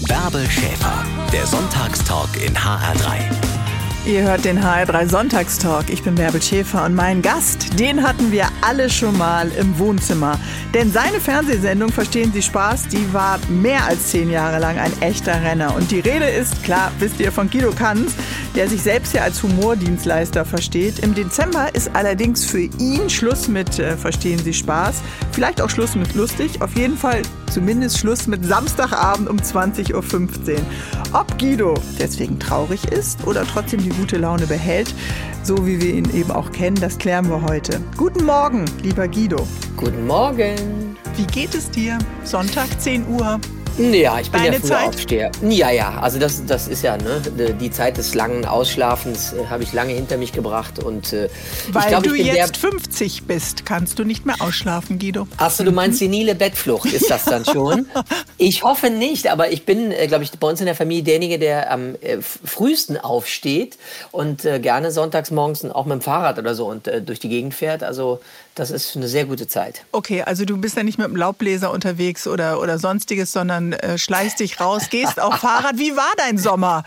Bärbel Schäfer, der Sonntagstalk in HR3. Ihr hört den HR3 Sonntagstalk. Ich bin Bärbel Schäfer und meinen Gast, den hatten wir alle schon mal im Wohnzimmer. Denn seine Fernsehsendung Verstehen Sie Spaß, die war mehr als 10 Jahre lang ein echter Renner. Und die Rede ist, klar, wisst ihr, von Guido Kanz, der sich selbst ja als Humordienstleister versteht. Im Dezember ist allerdings für ihn Schluss mit Verstehen Sie Spaß. Vielleicht auch Schluss mit lustig. Auf jeden Fall zumindest Schluss mit Samstagabend um 20.15 Uhr. Ob Guido deswegen traurig ist oder trotzdem die gute Laune behält, so wie wir ihn eben auch kennen, das klären wir heute. Guten Morgen, lieber Guido. Guten Morgen. Wie geht es dir? Sonntag, 10 Uhr. Ja, ich bin Deine ja früher Zeit? Aufsteher. Ja, also das ist ja, ne, die Zeit des langen Ausschlafens habe ich lange hinter mich gebracht. Und Weil ich glaub, du ich bin jetzt 50 bist, kannst du nicht mehr ausschlafen, Guido. Achso, du meinst senile Bettflucht, ist das dann schon? Ich hoffe nicht, aber ich bin, glaube ich, bei uns in der Familie derjenige, der am frühesten aufsteht und gerne sonntags morgens auch mit dem Fahrrad oder so und durch die Gegend fährt. Also das ist eine sehr gute Zeit. Okay, also du bist ja nicht mit dem Laubbläser unterwegs oder sonstiges, sondern schleichst dich raus, gehst auf Fahrrad. Wie war dein Sommer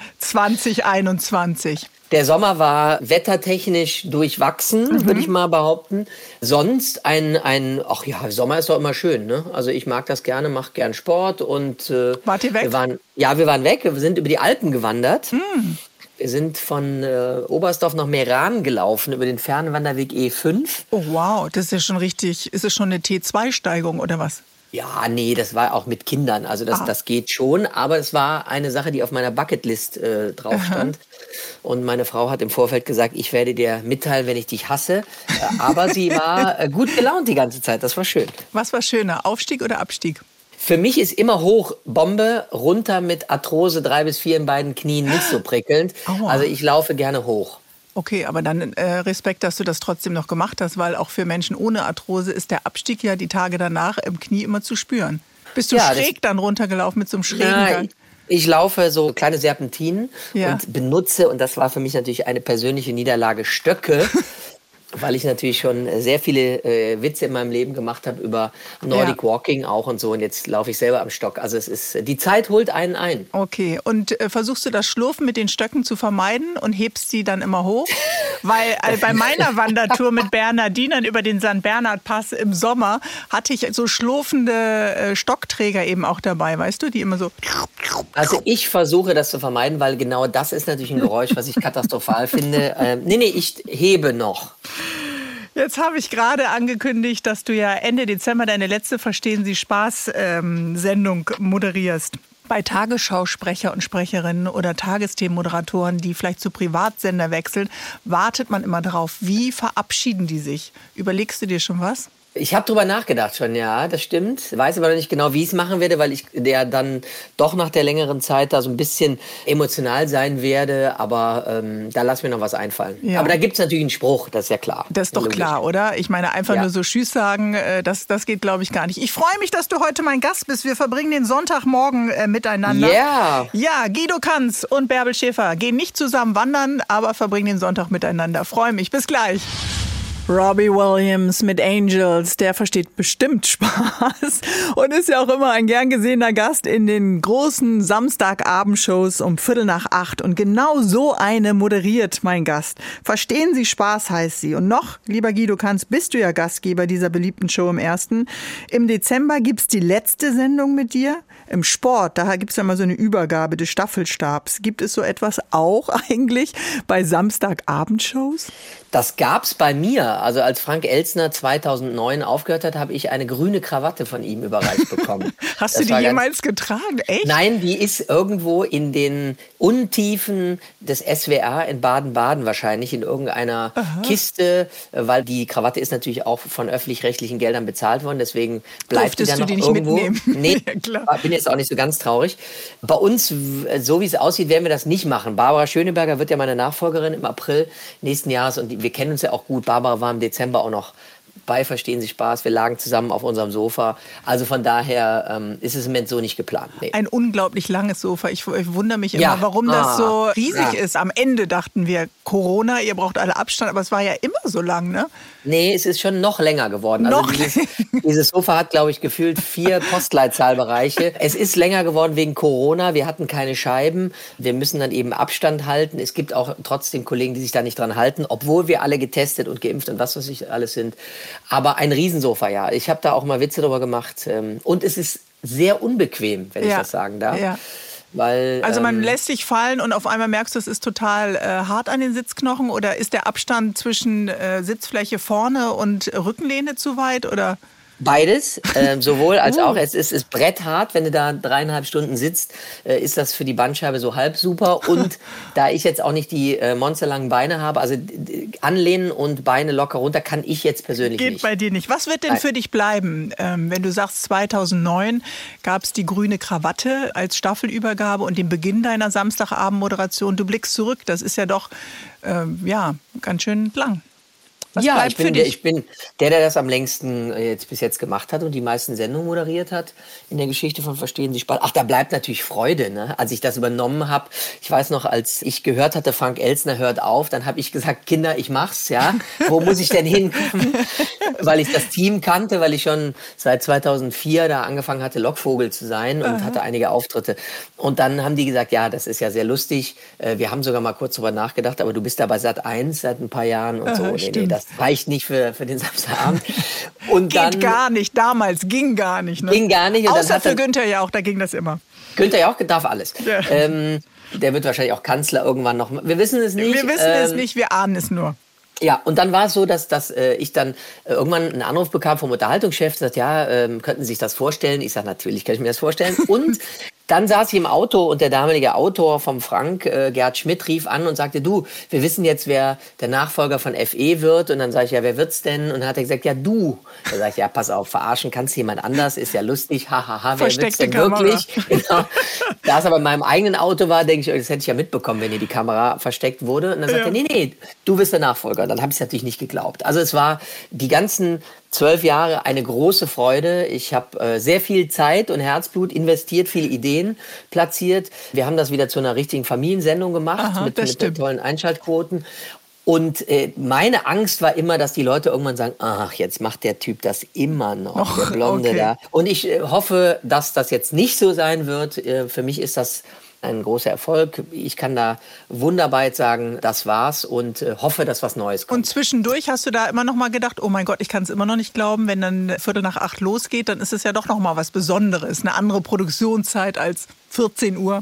2021? Der Sommer war wettertechnisch durchwachsen, würde ich mal behaupten. Sonst ach ja, Sommer ist doch immer schön, ne? Also ich mag das gerne, mache gern Sport und Wart ihr weg? wir waren weg, wir sind über die Alpen gewandert. Wir sind von Oberstdorf nach Meran gelaufen über den Fernwanderweg E5. Oh wow, das ist ja schon richtig, ist es schon eine T2-Steigung oder was? Ja, nee, das war auch mit Kindern, also das geht schon, aber es war eine Sache, die auf meiner Bucketlist drauf stand. Und meine Frau hat im Vorfeld gesagt, ich werde dir mitteilen, wenn ich dich hasse, aber sie war gut gelaunt die ganze Zeit, das war schön. Was war schöner, Aufstieg oder Abstieg? Für mich ist immer hoch Bombe, runter mit Arthrose 3 bis 4 in beiden Knien nicht so prickelnd. Aua. Also ich laufe gerne hoch. Okay, aber dann Respekt, dass du das trotzdem noch gemacht hast, weil auch für Menschen ohne Arthrose ist der Abstieg ja die Tage danach im Knie immer zu spüren. Bist du schräg dann runtergelaufen mit so einem schrägen Gang? Ich laufe so kleine Serpentinen und benutze, und das war für mich natürlich eine persönliche Niederlage, Stöcke. Weil ich natürlich schon sehr viele Witze in meinem Leben gemacht habe über Nordic Walking auch und so. Und jetzt laufe ich selber am Stock. Also die Zeit holt einen ein. Okay, und versuchst du das Schlurfen mit den Stöcken zu vermeiden und hebst sie dann immer hoch? Weil bei meiner Wandertour mit Bernhardinern über den St. Bernhard-Pass im Sommer hatte ich so schlurfende Stockträger eben auch dabei, weißt du, die immer so... Also ich versuche das zu vermeiden, weil genau das ist natürlich ein Geräusch, was ich katastrophal finde. Nee, ich hebe noch. Jetzt habe ich gerade angekündigt, dass du ja Ende Dezember deine letzte Verstehen Sie Spaß-Sendung moderierst. Bei Tagesschausprecher und Sprecherinnen oder Tagesthemenmoderatoren, die vielleicht zu Privatsender wechseln, wartet man immer drauf. Wie verabschieden die sich? Überlegst du dir schon was? Ich habe drüber nachgedacht schon, ja, das stimmt. Weiß aber noch nicht genau, wie ich es machen werde, weil ich der dann doch nach der längeren Zeit da so ein bisschen emotional sein werde. Aber da lass mir noch was einfallen. Ja. Aber da gibt es natürlich einen Spruch, das ist ja klar. Das ist doch klar, oder? Ich meine, einfach nur so Tschüss sagen, das geht, glaube ich, gar nicht. Ich freue mich, dass du heute mein Gast bist. Wir verbringen den Sonntagmorgen miteinander. Yeah. Ja, Guido Kanz und Bärbel Schäfer gehen nicht zusammen wandern, aber verbringen den Sonntag miteinander. Freue mich. Bis gleich. Robbie Williams mit Angels, der versteht bestimmt Spaß und ist ja auch immer ein gern gesehener Gast in den großen Samstagabendshows um 7:45. Und genau so eine moderiert mein Gast. Verstehen Sie Spaß heißt sie. Und noch, lieber Guido Kanz, bist du ja Gastgeber dieser beliebten Show im Ersten. Im Dezember gibt's die letzte Sendung mit dir. Im Sport, da gibt's ja mal so eine Übergabe des Staffelstabs. Gibt es so etwas auch eigentlich bei Samstagabendshows? Das gab's bei mir. Also als Frank Elstner 2009 aufgehört hat, habe ich eine grüne Krawatte von ihm überreicht bekommen. Hast du die jemals getragen? Echt? Nein, die ist irgendwo in den Untiefen des SWR in Baden-Baden wahrscheinlich in irgendeiner Kiste, weil die Krawatte ist natürlich auch von öffentlich-rechtlichen Geldern bezahlt worden. Deswegen bleibt die dann noch irgendwo. Mitnehmen? Nee, ja, klar. Bin jetzt auch nicht so ganz traurig. Bei uns, so wie es aussieht, werden wir das nicht machen. Barbara Schöneberger wird ja meine Nachfolgerin im April nächsten Jahres und wir kennen uns ja auch gut. Barbara war im Dezember auch noch bei Verstehen Sie Spaß. Wir lagen zusammen auf unserem Sofa. Also von daher ist es im Moment so nicht geplant. Nee. Ein unglaublich langes Sofa. Ich wundere mich immer, warum das so riesig ist. Am Ende dachten wir, Corona, ihr braucht alle Abstand, aber es war ja immer so lang, ne? Nee, es ist schon noch länger geworden. Also dieses Sofa hat, glaube ich, gefühlt 4 Postleitzahlbereiche. Es ist länger geworden wegen Corona. Wir hatten keine Scheiben. Wir müssen dann eben Abstand halten. Es gibt auch trotzdem Kollegen, die sich da nicht dran halten, obwohl wir alle getestet und geimpft und was weiß ich alles sind. Aber ein Riesensofa, ja. Ich habe da auch mal Witze drüber gemacht. Und es ist sehr unbequem, wenn ich das sagen darf. Ja. Weil, also man lässt sich fallen und auf einmal merkst du, es ist total hart an den Sitzknochen, oder ist der Abstand zwischen Sitzfläche vorne und Rückenlehne zu weit, oder? Beides, sowohl als auch. Es ist bretthart, wenn du da 3,5 Stunden sitzt, ist das für die Bandscheibe so halb super. Und da ich jetzt auch nicht die monsterlangen Beine habe, also anlehnen und Beine locker runter, kann ich jetzt persönlich nicht. Geht bei dir nicht. Was wird denn für dich bleiben? Wenn du sagst, 2009 gab es die grüne Krawatte als Staffelübergabe und den Beginn deiner Samstagabendmoderation. Du blickst zurück, das ist ja doch ganz schön lang. Ich bin der das am längsten bis jetzt gemacht hat und die meisten Sendungen moderiert hat in der Geschichte von Verstehen Sie Spaß. Ach, da bleibt natürlich Freude, ne? Als ich das übernommen habe. Ich weiß noch, als ich gehört hatte, Frank Elstner hört auf, dann habe ich gesagt, Kinder, ich mach's, ja. Wo muss ich denn hinkommen? Weil ich das Team kannte, weil ich schon seit 2004 da angefangen hatte, Lockvogel zu sein und hatte einige Auftritte. Und dann haben die gesagt, ja, das ist ja sehr lustig. Wir haben sogar mal kurz drüber nachgedacht, aber du bist da bei Sat.1 seit ein paar Jahren und so. Nee, das reicht nicht für den Samstagabend. Und geht gar nicht, damals ging gar nicht. Ne? Ging gar nicht. Und außer für Günther Jauch, da ging das immer. Günther Jauch darf alles. Ja. Der wird wahrscheinlich auch Kanzler irgendwann noch. Wir wissen es nicht. Wir wissen es nicht, wir ahnen es nur. Ja, und dann war es so, dass ich dann irgendwann einen Anruf bekam vom Unterhaltungschef, der sagt, könnten Sie sich das vorstellen? Ich sage, natürlich kann ich mir das vorstellen. Und dann saß ich im Auto und der damalige Autor vom Frank, Gerd Schmidt, rief an und sagte, du, wir wissen jetzt, wer der Nachfolger von FE wird. Und dann sage ich, ja, wer wird's denn? Und dann hat er gesagt, ja, du. Da sage ich, ja, pass auf, verarschen kannst jemand anders, ist ja lustig, hahaha, wer wird's denn wirklich? Genau. Da es aber in meinem eigenen Auto war, denke ich, das hätte ich ja mitbekommen, wenn hier die Kamera versteckt wurde. Und dann sagt er, nee, du bist der Nachfolger. Dann habe ich es natürlich nicht geglaubt. Also es war die ganzen 12 Jahre eine große Freude. Ich habe sehr viel Zeit und Herzblut investiert, viele Ideen platziert. Wir haben das wieder zu einer richtigen Familiensendung gemacht mit tollen Einschaltquoten. Und meine Angst war immer, dass die Leute irgendwann sagen, ach, jetzt macht der Typ das immer noch, der Blonde da. Und ich hoffe, dass das jetzt nicht so sein wird. Für mich ist das ein großer Erfolg. Ich kann da wunderbar jetzt sagen, das war's und hoffe, dass was Neues kommt. Und zwischendurch hast du da immer noch mal gedacht, oh mein Gott, ich kann es immer noch nicht glauben, wenn dann 7:45 losgeht, dann ist es ja doch noch mal was Besonderes, eine andere Produktionszeit als 14 Uhr.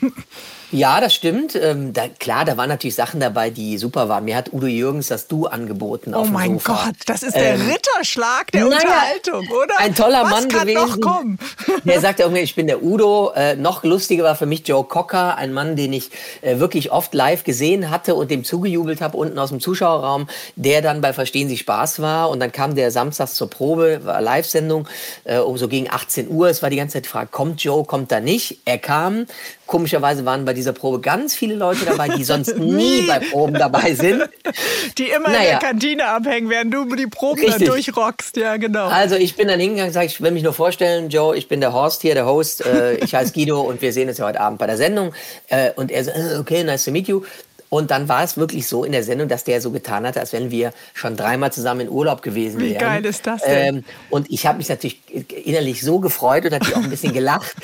Ja, das stimmt. Da waren natürlich Sachen dabei, die super waren. Mir hat Udo Jürgens das Du angeboten auf dem Sofa. Oh mein Gott, das ist der Ritterschlag der Unterhaltung, oder? Ein toller Mann gewesen. Was kann noch kommen? Der sagte irgendwie, ich bin der Udo. Noch lustiger war für mich Joe Cocker, ein Mann, den ich wirklich oft live gesehen hatte und dem zugejubelt habe unten aus dem Zuschauerraum, der dann bei Verstehen Sie Spaß war. Und dann kam der samstags zur Probe, war Live-Sendung, so gegen 18 Uhr. Es war die ganze Zeit die Frage, kommt Joe, kommt er nicht? Er kam. Komischerweise waren bei dieser Probe ganz viele Leute dabei, die sonst nie bei Proben dabei sind. Die immer in der Kantine abhängen, während du die Proben dann durchrockst. Ja, genau. Also ich bin dann hingegangen und sage, ich will mich nur vorstellen, Joe, ich bin der Horst hier, der Host. Ich heiße Guido und wir sehen uns ja heute Abend bei der Sendung. Und er so, okay, nice to meet you. Und dann war es wirklich so in der Sendung, dass der so getan hatte, als wenn wir schon 3-mal zusammen in Urlaub gewesen wären. Wie geil ist das denn? Und ich habe mich natürlich innerlich so gefreut und natürlich auch ein bisschen gelacht,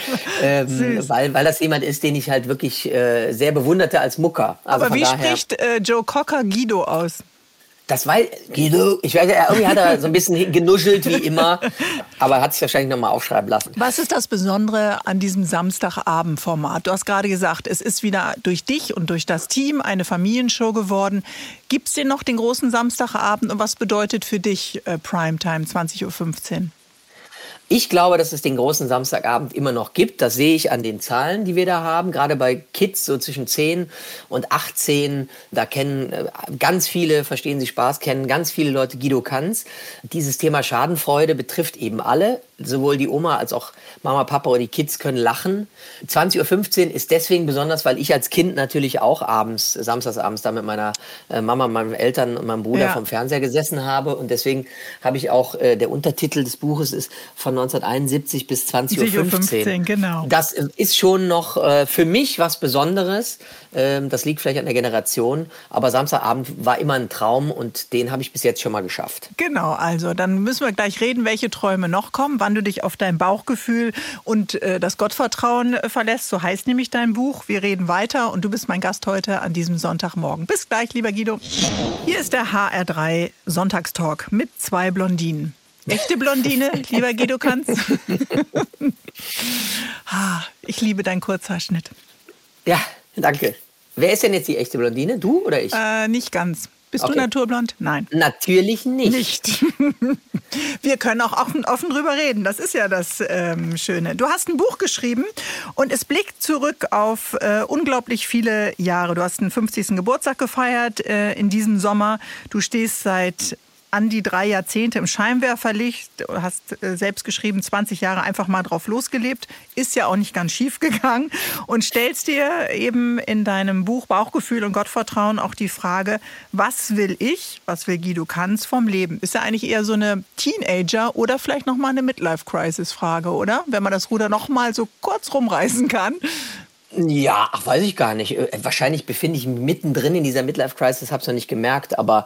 weil das jemand ist, den ich halt wirklich sehr bewunderte als Mucker. Also aber wie spricht Joe Cocker Guido aus? Das war Guido. Ich weiß ja, irgendwie hat er so ein bisschen genuschelt wie immer, aber hat sich wahrscheinlich nochmal aufschreiben lassen. Was ist das Besondere an diesem Samstagabend-Format? Du hast gerade gesagt, es ist wieder durch dich und durch das Team eine Familienshow geworden. Gibt es denn noch den großen Samstagabend und was bedeutet für dich Primetime 20:15 Uhr? Ich glaube, dass es den großen Samstagabend immer noch gibt. Das sehe ich an den Zahlen, die wir da haben. Gerade bei Kids so zwischen 10 und 18. Da kennen ganz viele, verstehen Sie Spaß, kennen ganz viele Leute Guido Kanz. Dieses Thema Schadenfreude betrifft eben alle. Sowohl die Oma als auch Mama, Papa oder die Kids können lachen. 20.15 Uhr ist deswegen besonders, weil ich als Kind natürlich auch samstagsabends da mit meiner Mama, meinen Eltern und meinem Bruder vom Fernseher gesessen habe. Und deswegen habe ich auch, der Untertitel des Buches ist von 1971 bis 20.15 Uhr. Genau. Das ist schon noch für mich was Besonderes. Das liegt vielleicht an der Generation. Aber Samstagabend war immer ein Traum und den habe ich bis jetzt schon mal geschafft. Genau, also dann müssen wir gleich reden, welche Träume noch kommen, wann du dich auf dein Bauchgefühl und das Gottvertrauen verlässt. So heißt nämlich dein Buch. Wir reden weiter und du bist mein Gast heute an diesem Sonntagmorgen. Bis gleich, lieber Guido. Hier ist der HR3 Sonntagstalk mit 2 Blondinen. Echte Blondine, lieber Guido Kanz. Ich liebe deinen Kurzhaarschnitt. Ja, danke. Wer ist denn jetzt die echte Blondine? Du oder ich? Nicht ganz. Bist du naturblond? Nein. Natürlich nicht. Wir können auch offen drüber reden. Das ist ja das Schöne. Du hast ein Buch geschrieben und es blickt zurück auf unglaublich viele Jahre. Du hast den 50. Geburtstag gefeiert in diesem Sommer. Du stehst seit an die 3 Jahrzehnte im Scheinwerferlicht, hast selbst geschrieben, 20 Jahre einfach mal drauf losgelebt, ist ja auch nicht ganz schief gegangen und stellst dir eben in deinem Buch Bauchgefühl und Gottvertrauen auch die Frage, was will Guido Kanz vom Leben? Ist ja eigentlich eher so eine Teenager- oder vielleicht nochmal eine Midlife-Crisis-Frage, oder? Wenn man das Ruder nochmal so kurz rumreißen kann. Ja, weiß ich gar nicht. Wahrscheinlich befinde ich mich mittendrin in dieser Midlife-Crisis, habe es noch nicht gemerkt. Aber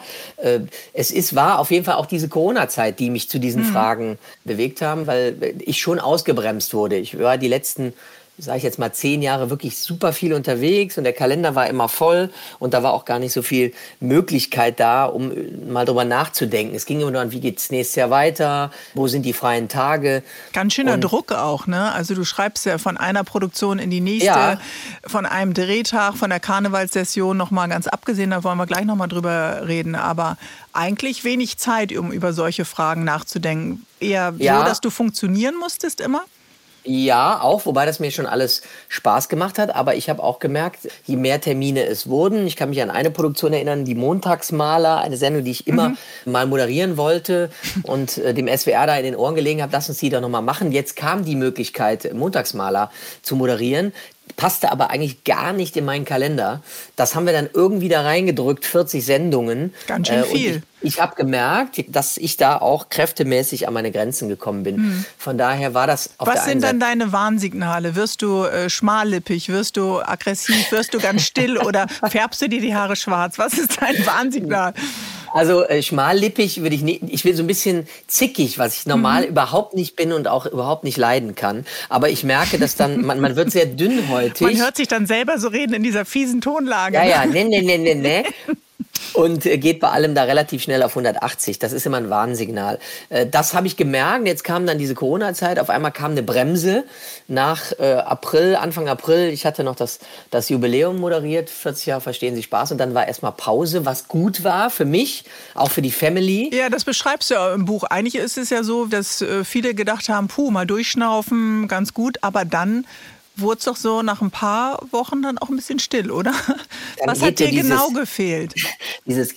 war auf jeden Fall auch diese Corona-Zeit, die mich zu diesen Fragen bewegt haben, weil ich schon ausgebremst wurde. Ich war die letzten, sage ich jetzt mal, 10 Jahre wirklich super viel unterwegs und der Kalender war immer voll und da war auch gar nicht so viel Möglichkeit da, um mal drüber nachzudenken. Es ging immer nur an, wie geht's nächstes Jahr weiter, wo sind die freien Tage. Ganz schöner Druck auch, ne? Also du schreibst ja von einer Produktion in die nächste, von einem Drehtag, von der Karnevalssession nochmal ganz abgesehen, da wollen wir gleich nochmal drüber reden, aber eigentlich wenig Zeit, um über solche Fragen nachzudenken. Eher so, dass du funktionieren musstest immer? Ja, auch, wobei das mir schon alles Spaß gemacht hat. Aber ich habe auch gemerkt, je mehr Termine es wurden, ich kann mich an eine Produktion erinnern, die Montagsmaler, eine Sendung, die ich immer mal moderieren wollte und dem SWR da in den Ohren gelegen habe, lass uns die doch nochmal machen. Jetzt kam die Möglichkeit, Montagsmaler zu moderieren. Passte aber eigentlich gar nicht in meinen Kalender. Das haben wir dann irgendwie da reingedrückt, 40 Sendungen. Ganz schön viel. Ich habe gemerkt, dass ich da auch kräftemäßig an meine Grenzen gekommen bin. Von daher war das auf der einen Seite... Was sind dann deine Warnsignale? Wirst du schmallippig? Wirst du aggressiv? Wirst du ganz still? Oder färbst du dir die Haare schwarz? Was ist dein Warnsignal? Also schmallippig würde ich nicht. Ich will so ein bisschen zickig, was ich normal überhaupt nicht bin und auch überhaupt nicht leiden kann. Aber ich merke, dass dann, man wird sehr dünnhäutig. Man hört sich dann selber so reden in dieser fiesen Tonlage. Ja, ne. Und geht bei allem da relativ schnell auf 180. Das ist immer ein Warnsignal. Das habe ich gemerkt. Jetzt kam dann diese Corona-Zeit. Auf einmal kam eine Bremse nach Anfang April. Ich hatte noch das Jubiläum moderiert, 40 Jahre Verstehen Sie Spaß. Und dann war erstmal Pause, was gut war für mich, auch für die Family. Ja, das beschreibst du ja im Buch. Eigentlich ist es ja so, dass viele gedacht haben, mal durchschnaufen, ganz gut. Aber dann wurde es doch so nach ein paar Wochen dann auch ein bisschen still, oder? Was hat dir genau gefehlt? Dieses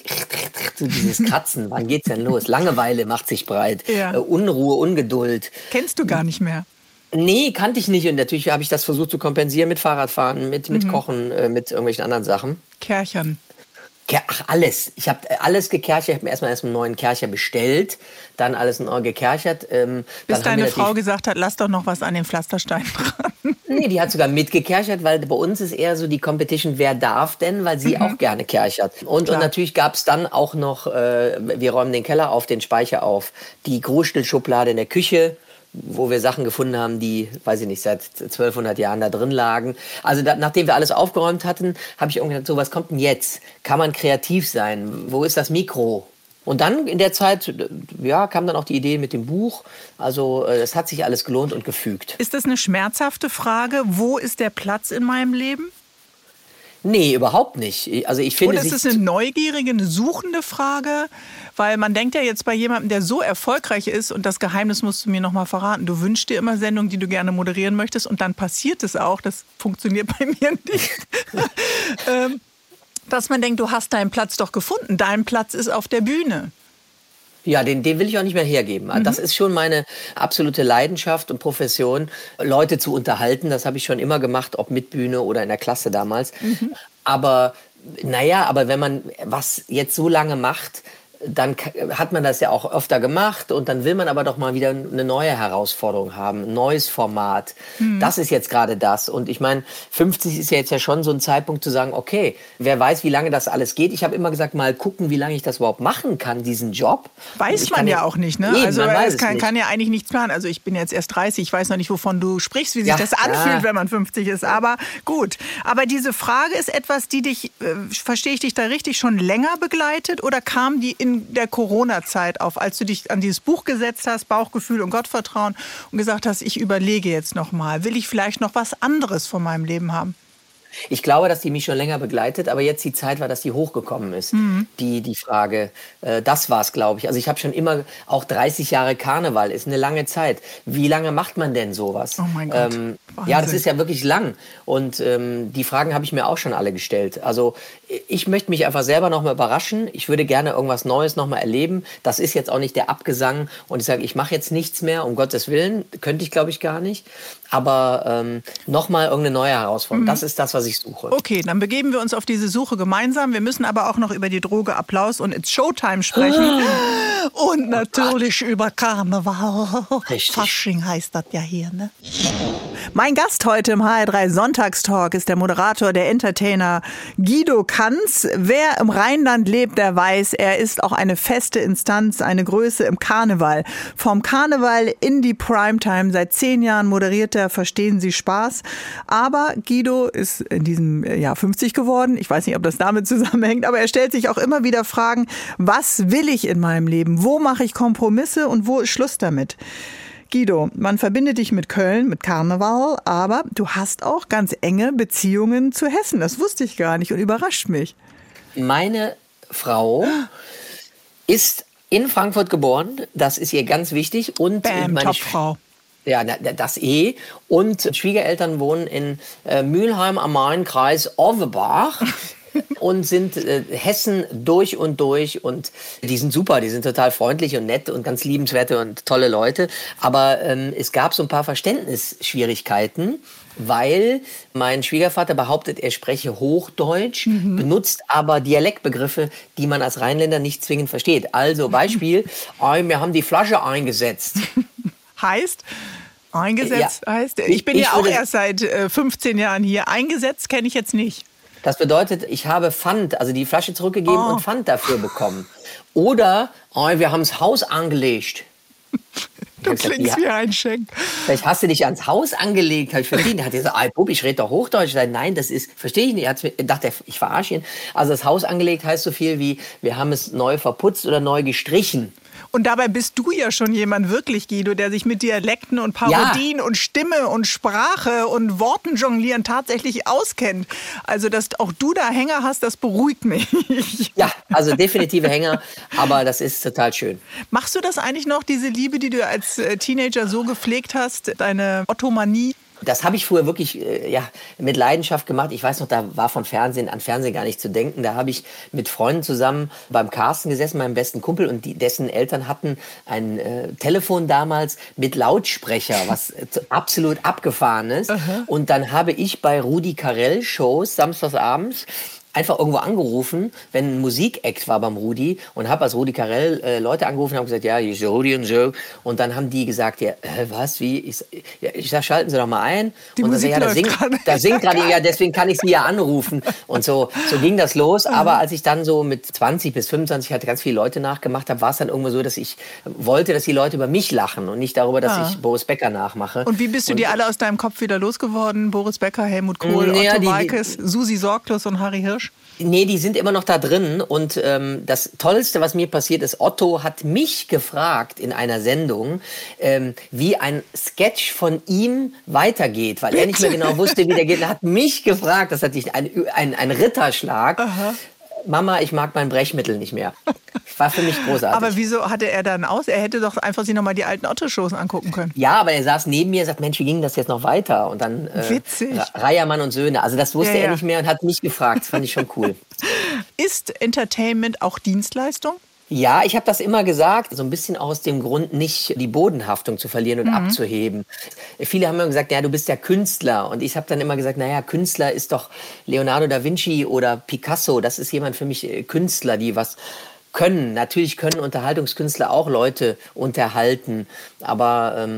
Kratzen, wann geht's denn los? Langeweile macht sich breit, Unruhe, Ungeduld. Kennst du gar nicht mehr? Nee, kannte ich nicht. Und natürlich habe ich das versucht zu kompensieren mit Fahrradfahren, mit Kochen, mit irgendwelchen anderen Sachen. Kerchern. Ach, alles. Ich habe alles gekerchert. Ich habe mir erstmal einen neuen Kercher bestellt, dann alles neu gekerchert. Bis deine Frau gesagt hat, lass doch noch was an den Pflasterstein dran. Nee, die hat sogar mitgekerchert, weil bei uns ist eher so die Competition, wer darf denn, weil sie auch gerne kerchert. Und natürlich gab es dann auch noch, wir räumen den Keller auf, den Speicher auf, die Großstillschublade in der Küche, wo wir Sachen gefunden haben, die, weiß ich nicht, seit 1200 Jahren da drin lagen. Also nachdem wir alles aufgeräumt hatten, habe ich irgendwie gedacht, so, was kommt denn jetzt? Kann man kreativ sein? Wo ist das Mikro? Und dann in der Zeit, kam dann auch die Idee mit dem Buch. Also es hat sich alles gelohnt und gefügt. Ist das eine schmerzhafte Frage? Wo ist der Platz in meinem Leben? Nee, überhaupt nicht. Also ich finde, und es ist eine neugierige, eine suchende Frage, weil man denkt ja jetzt bei jemandem, der so erfolgreich ist, und das Geheimnis musst du mir noch mal verraten, du wünschst dir immer Sendungen, die du gerne moderieren möchtest, und dann passiert es auch, das funktioniert bei mir nicht, dass man denkt, du hast deinen Platz doch gefunden, dein Platz ist auf der Bühne. Ja, den will ich auch nicht mehr hergeben. Das ist schon meine absolute Leidenschaft und Profession, Leute zu unterhalten. Das habe ich schon immer gemacht, ob mit Bühne oder in der Klasse damals. Aber wenn man was jetzt so lange macht, dann hat man das ja auch öfter gemacht und dann will man aber doch mal wieder eine neue Herausforderung haben, ein neues Format. Das ist jetzt gerade das. Und ich meine, 50 ist ja jetzt ja schon so ein Zeitpunkt zu sagen, okay, wer weiß, wie lange das alles geht. Ich habe immer gesagt, mal gucken, wie lange ich das überhaupt machen kann, diesen Job. Weiß man ja auch nicht, ne? Eben, also es kann ja eigentlich nichts planen. Also ich bin jetzt erst 30, ich weiß noch nicht, wovon du sprichst, wie sich das anfühlt, wenn man 50 ist. Aber gut. Aber diese Frage ist etwas, die dich, verstehe ich dich da richtig, schon länger begleitet oder kam die in der Corona-Zeit auf, als du dich an dieses Buch gesetzt hast, Bauchgefühl und Gottvertrauen, und gesagt hast, ich überlege jetzt noch mal, will ich vielleicht noch was anderes von meinem Leben haben? Ich glaube, dass die mich schon länger begleitet, aber jetzt die Zeit war, dass die hochgekommen ist. Die Frage, das war es, glaube ich. Also ich habe schon immer, auch 30 Jahre Karneval ist eine lange Zeit. Wie lange macht man denn sowas? Oh mein Gott. Ja, das ist ja wirklich lang. Und die Fragen habe ich mir auch schon alle gestellt. Also ich möchte mich einfach selber noch mal überraschen. Ich würde gerne irgendwas Neues noch mal erleben. Das ist jetzt auch nicht der Abgesang. Und ich sage, ich mache jetzt nichts mehr, um Gottes Willen. Könnte ich, glaube ich, gar nicht. Aber noch mal irgendeine neue Herausforderung. Das ist das, was ich suche. Okay, dann begeben wir uns auf diese Suche gemeinsam. Wir müssen aber auch noch über die Droge Applaus und It's Showtime sprechen. Und natürlich über Karneval. Richtig. Fasching heißt das ja hier, ne? Mein Gast heute im HR3 Sonntagstalk ist der Moderator, der Entertainer Guido Kanz. Wer im Rheinland lebt, der weiß, er ist auch eine feste Instanz, eine Größe im Karneval. Vom Karneval in die Primetime. Seit 10 Jahren moderiert er Verstehen Sie Spaß. Aber Guido ist in diesem Jahr 50 geworden. Ich weiß nicht, ob das damit zusammenhängt, aber er stellt sich auch immer wieder Fragen, was will ich in meinem Leben? Wo mache ich Kompromisse und wo ist Schluss damit? Guido, man verbindet dich mit Köln, mit Karneval, aber du hast auch ganz enge Beziehungen zu Hessen. Das wusste ich gar nicht und überrascht mich. Meine Frau ist in Frankfurt geboren. Das ist ihr ganz wichtig. Und meine Topfrau. Ja, das Und Schwiegereltern wohnen in Mülheim am Main, Kreis Overbach. Und sind Hessen durch und durch und die sind super, die sind total freundlich und nett und ganz liebenswerte und tolle Leute. Aber es gab so ein paar Verständnisschwierigkeiten, weil mein Schwiegervater behauptet, er spreche Hochdeutsch, benutzt aber Dialektbegriffe, die man als Rheinländer nicht zwingend versteht. Also Beispiel, wir haben die Flasche eingesetzt. Heißt? Eingesetzt heißt? Ich bin ja auch erst seit 15 Jahren hier. Eingesetzt kenne ich jetzt nicht. Das bedeutet, ich habe Pfand, also die Flasche zurückgegeben und Pfand dafür bekommen. Oder, wir haben das Haus angelegt. Du klingst wie ein Schenk. Vielleicht hast du dich ans Haus angelegt, habe ich verdient. Er hat gesagt, Bub, ich rede doch Hochdeutsch. Ich sage, nein, das ist, verstehe ich nicht. Er dachte, ich verarsche ihn. Also das Haus angelegt heißt so viel wie, wir haben es neu verputzt oder neu gestrichen. Und dabei bist du ja schon jemand wirklich, Guido, der sich mit Dialekten und Parodien und Stimme und Sprache und Worten jonglieren tatsächlich auskennt. Also, dass auch du da Hänger hast, das beruhigt mich. Ja, also definitive Hänger, aber das ist total schön. Machst du das eigentlich noch, diese Liebe, die du als Teenager so gepflegt hast, deine Ottomanie? Das habe ich früher wirklich mit Leidenschaft gemacht. Ich weiß noch, da war an Fernsehen gar nicht zu denken. Da habe ich mit Freunden zusammen beim Carsten gesessen, meinem besten Kumpel, und dessen Eltern hatten ein Telefon damals mit Lautsprecher, was absolut abgefahren ist. Und dann habe ich bei Rudi Carrell Shows samstagsabends einfach irgendwo angerufen, wenn ein Musikact war beim Rudi, und habe als Rudi Carrell Leute angerufen und habe gesagt, ja, hier ist der Rudi und so. Und dann haben die gesagt, ja, was, wie? Ich sag, schalten Sie doch mal ein. Die und Musik dann, da singt gerade, ja, deswegen kann ich Sie ja anrufen. Und so ging das los. Aber als ich dann so mit 20 bis 25 hatte, ganz viele Leute nachgemacht habe, war es dann irgendwo so, dass ich wollte, dass die Leute über mich lachen und nicht darüber, dass ich Boris Becker nachmache. Und wie bist du die alle aus deinem Kopf wieder losgeworden? Boris Becker, Helmut Kohl, Otto Walkes, Susi Sorglos und Harry Hirsch? Arsch? Nee, die sind immer noch da drin. Und das Tollste, was mir passiert ist, Otto hat mich gefragt in einer Sendung, wie ein Sketch von ihm weitergeht, weil er nicht mehr genau wusste, wie der geht. Er hat mich gefragt, das hat sich ein Ritterschlag. Aha. Mama, ich mag mein Brechmittel nicht mehr. War für mich großartig. Aber wieso hatte er dann aus? Er hätte doch einfach sich nochmal die alten Otto-Shows angucken können. Ja, aber er saß neben mir und sagt, Mensch, wie ging das jetzt noch weiter? Und dann Witzig. Reiermann und Söhne. Also das wusste er nicht mehr und hat mich gefragt. Das fand ich schon cool. Ist Entertainment auch Dienstleistung? Ja, ich habe das immer gesagt, so ein bisschen aus dem Grund, nicht die Bodenhaftung zu verlieren und abzuheben. Viele haben immer gesagt, ja, du bist ja Künstler. Und ich habe dann immer gesagt, naja, Künstler ist doch Leonardo da Vinci oder Picasso. Das ist jemand für mich Künstler, die was können. Natürlich können Unterhaltungskünstler auch Leute unterhalten. Aber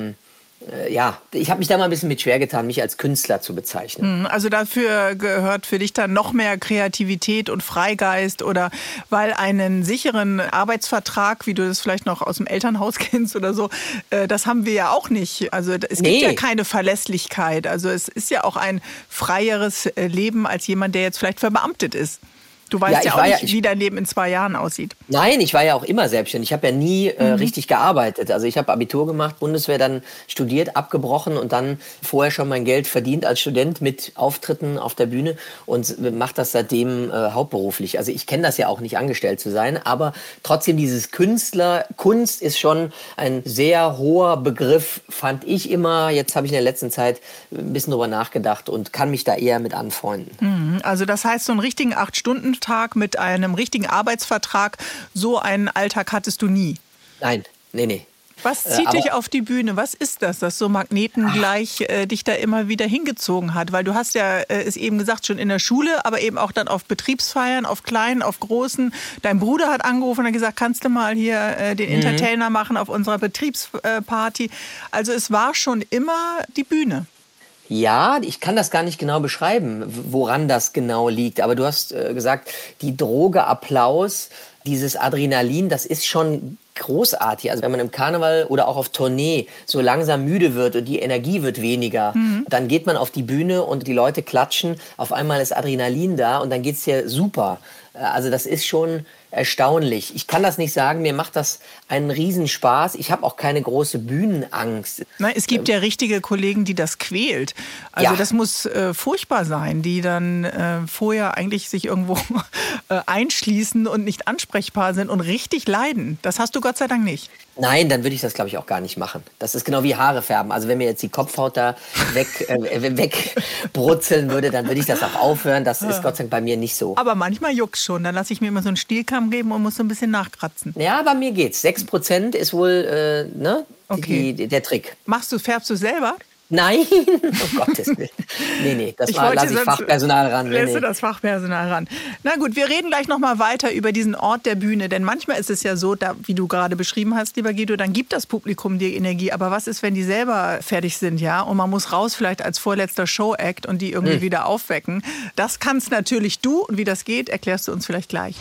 ja, ich habe mich da mal ein bisschen mit schwer getan, mich als Künstler zu bezeichnen. Also dafür gehört für dich dann noch mehr Kreativität und Freigeist oder weil einen sicheren Arbeitsvertrag, wie du das vielleicht noch aus dem Elternhaus kennst oder so, das haben wir ja auch nicht. Also es gibt ja keine Verlässlichkeit. Also es ist ja auch ein freieres Leben als jemand, der jetzt vielleicht verbeamtet ist. Du weißt ja auch nicht, wie dein Leben in 2 Jahren aussieht. Nein, ich war ja auch immer selbstständig. Ich habe ja nie richtig gearbeitet. Also ich habe Abitur gemacht, Bundeswehr, dann studiert, abgebrochen und dann vorher schon mein Geld verdient als Student mit Auftritten auf der Bühne und mache das seitdem hauptberuflich. Also ich kenne das ja auch nicht, angestellt zu sein, aber trotzdem dieses Kunst ist schon ein sehr hoher Begriff, fand ich immer. Jetzt habe ich in der letzten Zeit ein bisschen drüber nachgedacht und kann mich da eher mit anfreunden. Also das heißt, so einen richtigen 8-Stunden-Tag mit einem richtigen Arbeitsvertrag, so einen Alltag hattest du nie? Nein, nee. Was zieht dich auf die Bühne? Was ist das so magnetengleich dich da immer wieder hingezogen hat? Weil du hast ja, es eben gesagt, schon in der Schule, aber eben auch dann auf Betriebsfeiern, auf kleinen, auf großen. Dein Bruder hat angerufen und hat gesagt, kannst du mal hier den Entertainer machen auf unserer Betriebsparty? Also es war schon immer die Bühne. Ja, ich kann das gar nicht genau beschreiben, woran das genau liegt. Aber du hast gesagt, die Droge Applaus, dieses Adrenalin, das ist schon großartig. Also wenn man im Karneval oder auch auf Tournee so langsam müde wird und die Energie wird weniger, dann geht man auf die Bühne und die Leute klatschen. Auf einmal ist Adrenalin da und dann geht's dir super. Also das ist schon erstaunlich. Ich kann das nicht sagen, mir macht das einen Riesenspaß. Ich habe auch keine große Bühnenangst. Nein, es gibt ja richtige Kollegen, die das quält. Also das muss furchtbar sein, die dann vorher eigentlich sich irgendwo einschließen und nicht ansprechbar sind und richtig leiden. Das hast du Gott sei Dank nicht. Nein, dann würde ich das, glaube ich, auch gar nicht machen. Das ist genau wie Haare färben. Also wenn mir jetzt die Kopfhaut da wegbrutzeln würde, dann würde ich das auch aufhören. Das ist Gott sei Dank bei mir nicht so. Aber manchmal juckt's schon. Dann lasse ich mir immer so einen Stielkamm geben und muss so ein bisschen nachkratzen. Ja, bei mir geht's. 6% ist wohl der Trick. Färbst du selber? Nein, um Gottes Willen. Nee, das lasse ich Fachpersonal ran. Lässt du das Fachpersonal ran. Na gut, wir reden gleich noch mal weiter über diesen Ort der Bühne. Denn manchmal ist es ja so, wie du gerade beschrieben hast, lieber Guido, dann gibt das Publikum dir Energie. Aber was ist, wenn die selber fertig sind, ja? Und man muss raus vielleicht als vorletzter Show-Act und die irgendwie wieder aufwecken. Das kannst natürlich du. Und wie das geht, erklärst du uns vielleicht gleich.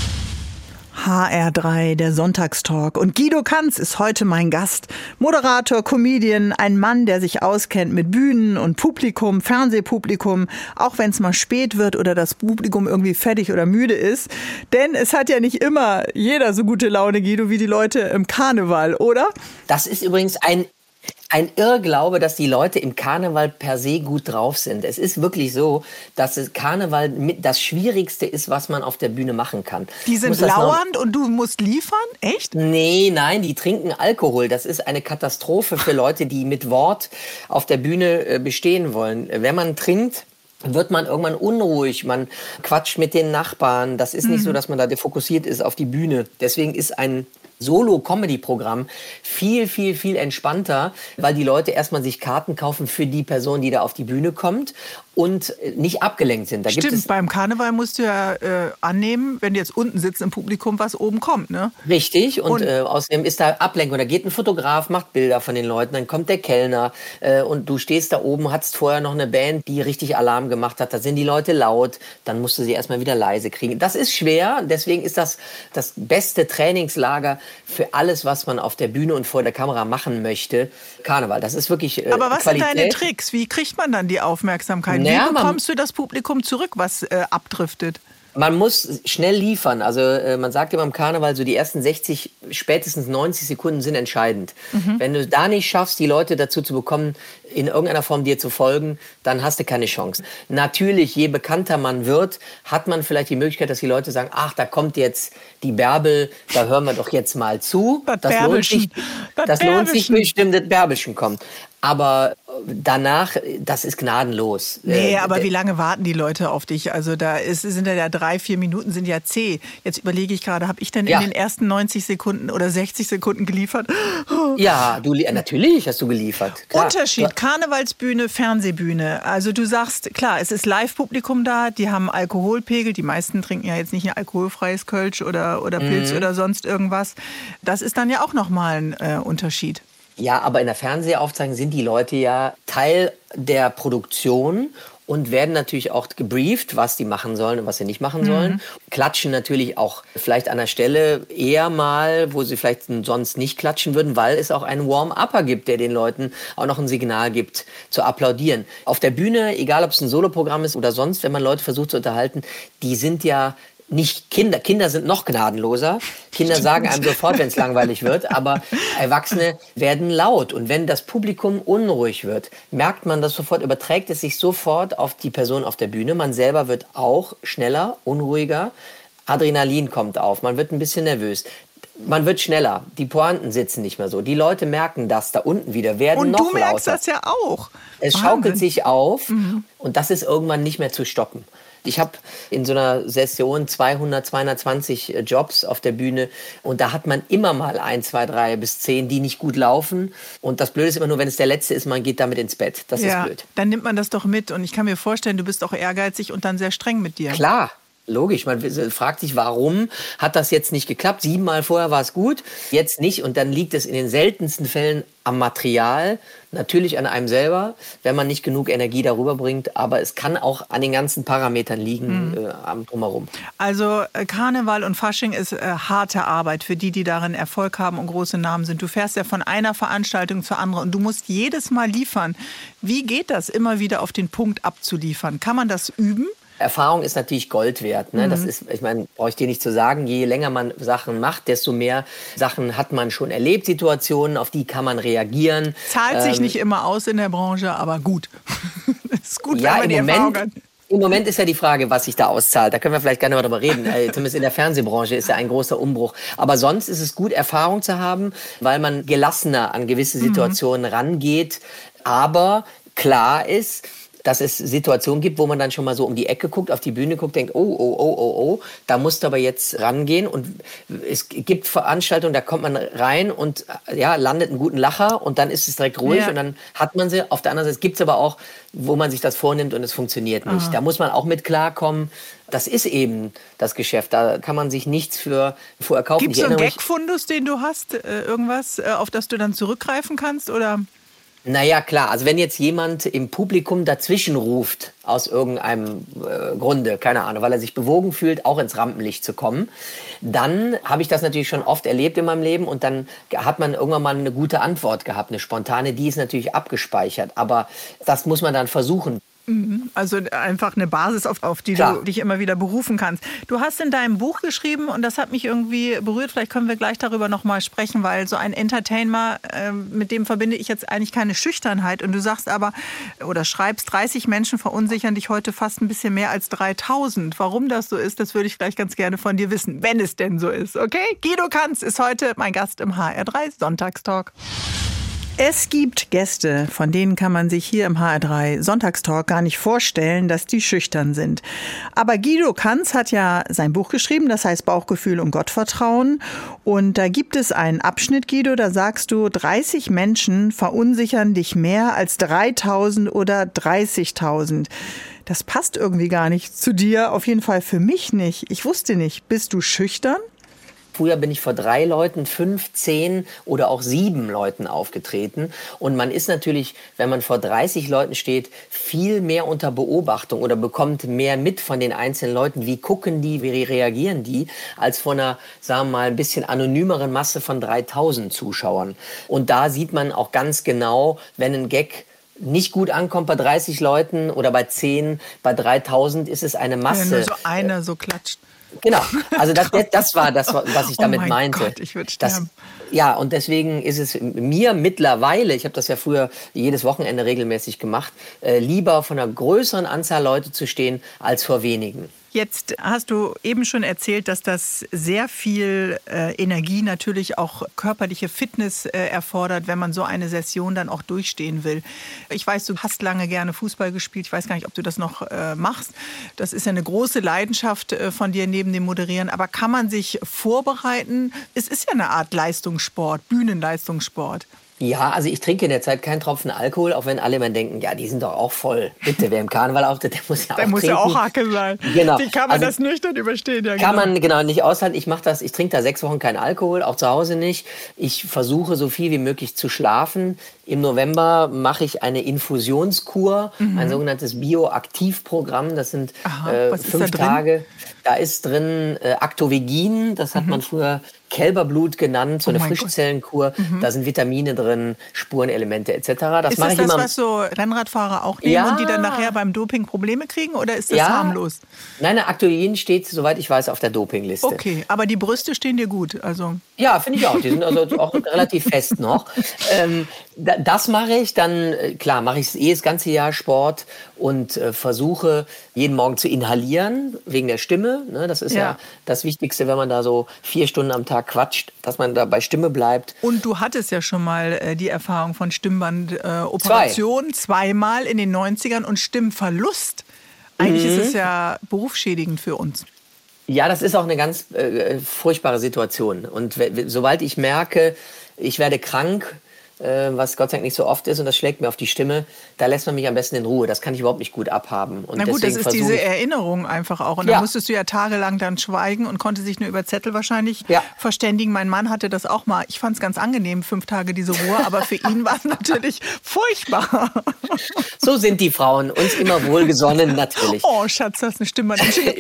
HR3, der Sonntagstalk. Und Guido Kanz ist heute mein Gast. Moderator, Comedian, ein Mann, der sich auskennt mit Bühnen und Publikum, Fernsehpublikum, auch wenn es mal spät wird oder das Publikum irgendwie fertig oder müde ist. Denn es hat ja nicht immer jeder so gute Laune, Guido, wie die Leute im Karneval, oder? Das ist übrigens ein Irrglaube, dass die Leute im Karneval per se gut drauf sind. Es ist wirklich so, dass Karneval das Schwierigste ist, was man auf der Bühne machen kann. Die sind lauernd und du musst liefern? Echt? Nein, die trinken Alkohol. Das ist eine Katastrophe für Leute, die mit Wort auf der Bühne bestehen wollen. Wenn man trinkt, wird man irgendwann unruhig, man quatscht mit den Nachbarn. Das ist nicht so, dass man da fokussiert ist auf die Bühne. Deswegen ist ein Solo-Comedy-Programm viel, viel, viel entspannter, weil die Leute erstmal sich Karten kaufen für die Person, die da auf die Bühne kommt und nicht abgelenkt sind. Da Stimmt, beim Karneval musst du ja annehmen, wenn du jetzt unten sitzt im Publikum, was oben kommt, ne? Richtig, und außerdem ist da Ablenkung. Da geht ein Fotograf, macht Bilder von den Leuten, dann kommt der Kellner und du stehst da oben, hattest vorher noch eine Band, die richtig Alarm gemacht hat. Da sind die Leute laut, dann musst du sie erstmal wieder leise kriegen. Das ist schwer, deswegen ist das beste Trainingslager für alles, was man auf der Bühne und vor der Kamera machen möchte. Karneval, das ist wirklich Aber was Qualität. sind deine Tricks? Wie kriegt man dann die Aufmerksamkeit? Wie bekommst du das Publikum zurück, was abdriftet? Man muss schnell liefern. Also man sagt immer im Karneval, so die ersten 60, spätestens 90 Sekunden sind entscheidend. Wenn du da nicht schaffst, die Leute dazu zu bekommen, in irgendeiner Form dir zu folgen, dann hast du keine Chance. Natürlich, je bekannter man wird, hat man vielleicht die Möglichkeit, dass die Leute sagen, ach, da kommt jetzt die Bärbel, da hören wir doch jetzt mal zu. Das lohnt sich bestimmt, das Bärbelchen kommt. Aber danach, das ist gnadenlos. Nee, aber wie lange warten die Leute auf dich? Also sind ja 3-4 Minuten sind ja zäh. Jetzt überlege ich gerade, habe ich denn in den ersten 90 Sekunden oder 60 Sekunden geliefert? Ja, natürlich hast du geliefert. Klar. Unterschied, Karnevalsbühne, Fernsehbühne. Also du sagst, klar, es ist Live-Publikum da, die haben Alkoholpegel. Die meisten trinken ja jetzt nicht ein alkoholfreies Kölsch oder Pilz oder sonst irgendwas. Das ist dann ja auch nochmal ein Unterschied. Ja, aber in der Fernsehaufzeichnung sind die Leute ja Teil der Produktion und werden natürlich auch gebrieft, was die machen sollen und was sie nicht machen sollen. Klatschen natürlich auch vielleicht an der Stelle eher mal, wo sie vielleicht sonst nicht klatschen würden, weil es auch einen Warm-Upper gibt, der den Leuten auch noch ein Signal gibt, zu applaudieren. Auf der Bühne, egal ob es ein Soloprogramm ist oder sonst, wenn man Leute versucht zu unterhalten, die sind ja nicht Kinder. Kinder sind noch gnadenloser. Kinder sagen einem sofort, wenn es langweilig wird. Aber Erwachsene werden laut. Und wenn das Publikum unruhig wird, merkt man das sofort, überträgt es sich sofort auf die Person auf der Bühne. Man selber wird auch schneller, unruhiger. Adrenalin kommt auf. Man wird ein bisschen nervös. Man wird schneller. Die Pointen sitzen nicht mehr so. Die Leute merken das da unten wieder, werden noch lauter. Und du merkst das ja auch. Es schaukelt sich auf und das ist irgendwann nicht mehr zu stoppen. Ich habe in so einer Session 200, 220 Jobs auf der Bühne und da hat man immer mal 1, 2, 3 bis 10, die nicht gut laufen. Und das Blöde ist immer nur, wenn es der letzte ist, man geht damit ins Bett. Das ist blöd. Dann nimmt man das doch mit und ich kann mir vorstellen, du bist auch ehrgeizig und dann sehr streng mit dir. Klar. Logisch, man fragt sich, warum hat das jetzt nicht geklappt? 7 Mal vorher war es gut, jetzt nicht. Und dann liegt es in den seltensten Fällen am Material, natürlich an einem selber, wenn man nicht genug Energie darüber bringt. Aber es kann auch an den ganzen Parametern liegen, drumherum. Also Karneval und Fasching ist harte Arbeit für die darin Erfolg haben und große Namen sind. Du fährst ja von einer Veranstaltung zur anderen und du musst jedes Mal liefern. Wie geht das, immer wieder auf den Punkt abzuliefern? Kann man das üben? Erfahrung ist natürlich Gold wert. Ne? Das ist, ich meine, brauche ich dir nicht zu sagen, je länger man Sachen macht, desto mehr Sachen hat man schon erlebt, Situationen, auf die kann man reagieren. Zahlt sich nicht immer aus in der Branche, aber gut. Ist gut, wenn man die Erfahrung hat. Im Moment ist ja die Frage, was sich da auszahlt. Da können wir vielleicht gerne mal drüber reden. Zumindest in der Fernsehbranche ist ja ein großer Umbruch. Aber sonst ist es gut, Erfahrung zu haben, weil man gelassener an gewisse Situationen rangeht. Aber klar ist, dass es Situationen gibt, wo man dann schon mal so um die Ecke guckt, auf die Bühne guckt, denkt, oh, da musst du aber jetzt rangehen. Und es gibt Veranstaltungen, da kommt man rein und landet einen guten Lacher und dann ist es direkt ruhig und dann hat man sie. Auf der anderen Seite gibt es aber auch, wo man sich das vornimmt und es funktioniert nicht. Da muss man auch mit klarkommen. Das ist eben das Geschäft. Da kann man sich nichts für erkaufen. Gibt es so einen Gag-Fundus, den du hast? Irgendwas, auf das du dann zurückgreifen kannst? Oder? Naja, klar. Also wenn jetzt jemand im Publikum dazwischen ruft, aus irgendeinem Grunde, keine Ahnung, weil er sich bewogen fühlt, auch ins Rampenlicht zu kommen, dann habe ich das natürlich schon oft erlebt in meinem Leben und dann hat man irgendwann mal eine gute Antwort gehabt, eine spontane, die ist natürlich abgespeichert. Aber das muss man dann versuchen. Also einfach eine Basis, auf die du dich immer wieder berufen kannst. Du hast in deinem Buch geschrieben, und das hat mich irgendwie berührt, vielleicht können wir gleich darüber noch mal sprechen, weil so ein Entertainer, mit dem verbinde ich jetzt eigentlich keine Schüchternheit. Und du sagst aber, oder schreibst, 30 Menschen verunsichern dich heute fast ein bisschen mehr als 3000. Warum das so ist, das würde ich gleich ganz gerne von dir wissen, wenn es denn so ist. Okay? Guido Kanz ist heute mein Gast im HR3 Sonntagstalk. Es gibt Gäste, von denen kann man sich hier im HR3 Sonntagstalk gar nicht vorstellen, dass die schüchtern sind. Aber Guido Kanz hat ja sein Buch geschrieben, das heißt Bauchgefühl und Gottvertrauen. Und da gibt es einen Abschnitt, Guido, da sagst du, 30 Menschen verunsichern dich mehr als 3000 oder 30.000. Das passt irgendwie gar nicht zu dir, auf jeden Fall für mich nicht. Ich wusste nicht, bist du schüchtern? Früher bin ich vor 3 Leuten, 5, 10 oder auch 7 Leuten aufgetreten. Und man ist natürlich, wenn man vor 30 Leuten steht, viel mehr unter Beobachtung oder bekommt mehr mit von den einzelnen Leuten. Wie gucken die, wie reagieren die, als von einer, sagen wir mal, ein bisschen anonymeren Masse von 3000 Zuschauern. Und da sieht man auch ganz genau, wenn ein Gag nicht gut ankommt bei 30 Leuten oder bei 10, bei 3000 ist es eine Masse. Ja, nur so einer so klatscht. Genau, also das war das, was ich damit meinte. Oh mein Gott, ich würde sterben. Ja, und deswegen ist es mir mittlerweile, ich habe das ja früher jedes Wochenende regelmäßig gemacht, lieber von einer größeren Anzahl Leute zu stehen, als vor wenigen. Jetzt hast du eben schon erzählt, dass das sehr viel Energie, natürlich auch körperliche Fitness erfordert, wenn man so eine Session dann auch durchstehen will. Ich weiß, du hast lange gerne Fußball gespielt. Ich weiß gar nicht, ob du das noch machst. Das ist ja eine große Leidenschaft von dir neben dem Moderieren. Aber kann man sich vorbereiten? Es ist ja eine Art Leistungssport, Bühnenleistungssport. Ja, also ich trinke in der Zeit keinen Tropfen Alkohol, auch wenn alle immer denken, ja, die sind doch auch voll. Bitte, wer im Karneval auftritt, der muss ja auch trinken. Der muss ja auch Hacke sein. Genau. Wie kann man das nüchtern überstehen? Ja, kann man nicht aushalten. Ich trinke da 6 Wochen keinen Alkohol, auch zu Hause nicht. Ich versuche so viel wie möglich zu schlafen. Im November mache ich eine Infusionskur, ein sogenanntes Bioaktivprogramm. Das sind 5 Tage. Da ist drin Actovegin, das hat man früher Kälberblut genannt, so eine Frischzellenkur. Da sind Vitamine drin, Spurenelemente etc. Das ist das, was so Rennradfahrer auch nehmen und die dann nachher beim Doping Probleme kriegen, oder ist das harmlos? Nein, Actovegin steht, soweit ich weiß, auf der Dopingliste. Okay, aber die Brüste stehen dir gut? Also. Ja, finde ich auch. Die sind also auch relativ fest noch. Das mache ich. Dann, klar, mache ich das ganze Jahr Sport und versuche jeden Morgen zu inhalieren, wegen der Stimme. Ne? Das ist ja das Wichtigste, wenn man da so 4 Stunden am Tag quatscht, dass man da bei Stimme bleibt. Und du hattest ja schon mal die Erfahrung von Stimmbandoperationen, 2-mal in den 90ern und Stimmverlust. Eigentlich ist es ja berufsschädigend für uns. Ja, das ist auch eine ganz furchtbare Situation. Und sobald ich merke, ich werde krank, was Gott sei Dank nicht so oft ist und das schlägt mir auf die Stimme, da lässt man mich am besten in Ruhe. Das kann ich überhaupt nicht gut abhaben. Und na gut, das ist diese Erinnerung einfach auch. Und da musstest du ja tagelang dann schweigen und konnte sich nur über Zettel wahrscheinlich verständigen. Mein Mann hatte das auch mal. Ich fand es ganz angenehm, 5 Tage diese Ruhe, aber für ihn war es natürlich furchtbar. So sind die Frauen, uns immer wohlgesonnen natürlich. Oh Schatz, das ist eine Stimme.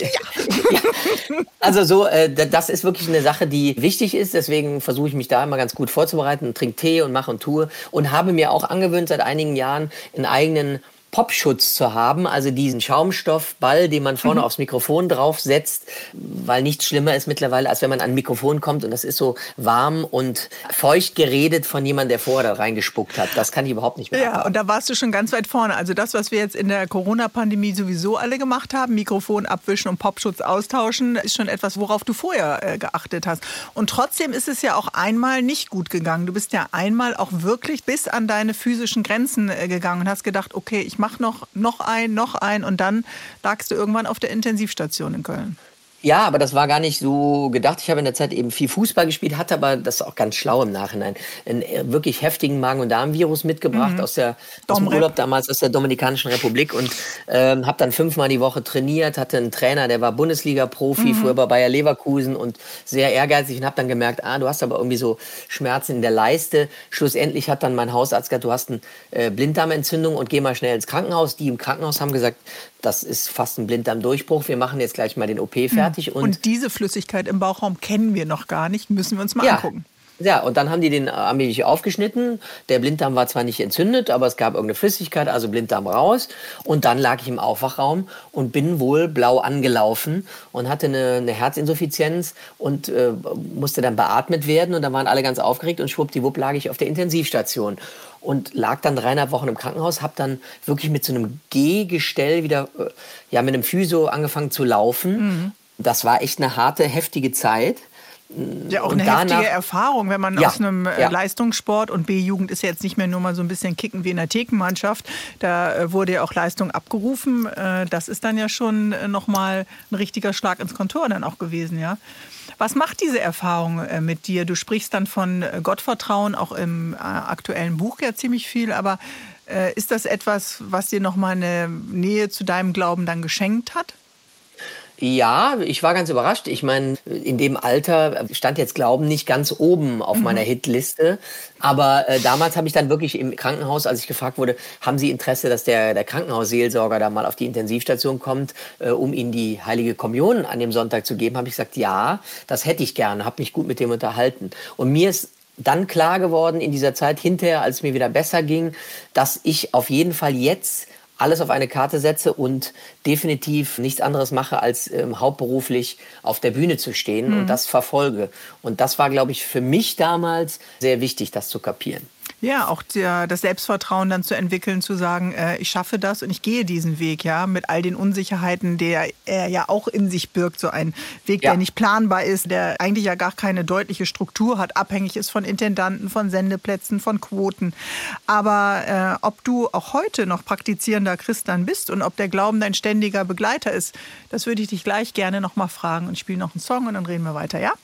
Also so, das ist wirklich eine Sache, die wichtig ist. Deswegen versuche ich mich da immer ganz gut vorzubereiten, trinke Tee und mache und tue. Und habe mir auch angewöhnt, seit einigen Jahren einen eigenen Popschutz zu haben, also diesen Schaumstoffball, den man vorne aufs Mikrofon draufsetzt, weil nichts schlimmer ist mittlerweile, als wenn man an ein Mikrofon kommt und das ist so warm und feucht geredet von jemandem, der vorher da reingespuckt hat. Das kann ich überhaupt nicht mehr abhaben. Und da warst du schon ganz weit vorne. Also das, was wir jetzt in der Corona-Pandemie sowieso alle gemacht haben, Mikrofon abwischen und Popschutz austauschen, ist schon etwas, worauf du vorher geachtet hast. Und trotzdem ist es ja auch einmal nicht gut gegangen. Du bist ja einmal auch wirklich bis an deine physischen Grenzen gegangen und hast gedacht, okay, ich mach noch ein und dann lagst du irgendwann auf der Intensivstation in Köln. Ja, aber das war gar nicht so gedacht. Ich habe in der Zeit eben viel Fußball gespielt, hatte aber, das ist auch ganz schlau im Nachhinein, einen wirklich heftigen Magen- und Darmvirus mitgebracht aus dem Urlaub damals aus der Dominikanischen Republik und habe dann 5-mal die Woche trainiert, hatte einen Trainer, der war Bundesliga-Profi, früher bei Bayer Leverkusen und sehr ehrgeizig und habe dann gemerkt, du hast aber irgendwie so Schmerzen in der Leiste. Schlussendlich hat dann mein Hausarzt gesagt, du hast eine Blinddarmentzündung und geh mal schnell ins Krankenhaus. Die im Krankenhaus haben gesagt, das ist fast ein Blinddarmdurchbruch, wir machen jetzt gleich mal den OP fertig. Und diese Flüssigkeit im Bauchraum kennen wir noch gar nicht, müssen wir uns mal angucken. Ja, und dann haben die den allmählich aufgeschnitten. Der Blinddarm war zwar nicht entzündet, aber es gab irgendeine Flüssigkeit, also Blinddarm raus. Und dann lag ich im Aufwachraum und bin wohl blau angelaufen und hatte eine Herzinsuffizienz und musste dann beatmet werden. Und dann waren alle ganz aufgeregt und schwuppdiwupp lag ich auf der Intensivstation. Und lag dann 3,5 Wochen im Krankenhaus, habe dann wirklich mit so einem Gehgestell wieder, mit einem Physio angefangen zu laufen. Das war echt eine harte, heftige Zeit. Ja, auch eine heftige Erfahrung, wenn man aus einem Leistungssport und B-Jugend ist ja jetzt nicht mehr nur mal so ein bisschen kicken wie in der Thekenmannschaft, da wurde ja auch Leistung abgerufen. Das ist dann ja schon nochmal ein richtiger Schlag ins Kontor dann auch gewesen, ja. Was macht diese Erfahrung mit dir? Du sprichst dann von Gottvertrauen, auch im aktuellen Buch ja ziemlich viel, aber ist das etwas, was dir nochmal eine Nähe zu deinem Glauben dann geschenkt hat? Ja, ich war ganz überrascht. Ich meine, in dem Alter stand jetzt Glauben nicht ganz oben auf meiner Hitliste. Aber damals habe ich dann wirklich im Krankenhaus, als ich gefragt wurde, haben Sie Interesse, dass der Krankenhausseelsorger da mal auf die Intensivstation kommt, um Ihnen die Heilige Kommunion an dem Sonntag zu geben, habe ich gesagt, ja, das hätte ich gerne, habe mich gut mit dem unterhalten. Und mir ist dann klar geworden in dieser Zeit hinterher, als es mir wieder besser ging, dass ich auf jeden Fall jetzt alles auf eine Karte setze und definitiv nichts anderes mache, als hauptberuflich auf der Bühne zu stehen und das verfolge. Und das war, glaube ich, für mich damals sehr wichtig, das zu kapieren. Ja, auch das Selbstvertrauen dann zu entwickeln, zu sagen, ich schaffe das und ich gehe diesen Weg, ja, mit all den Unsicherheiten, der er ja auch in sich birgt, so ein Weg, der nicht planbar ist, der eigentlich ja gar keine deutliche Struktur hat, abhängig ist von Intendanten, von Sendeplätzen, von Quoten. Aber ob du auch heute noch praktizierender Christ dann bist und ob der Glauben dein ständiger Begleiter ist, das würde ich dich gleich gerne noch mal fragen und spiele noch einen Song und dann reden wir weiter, ja?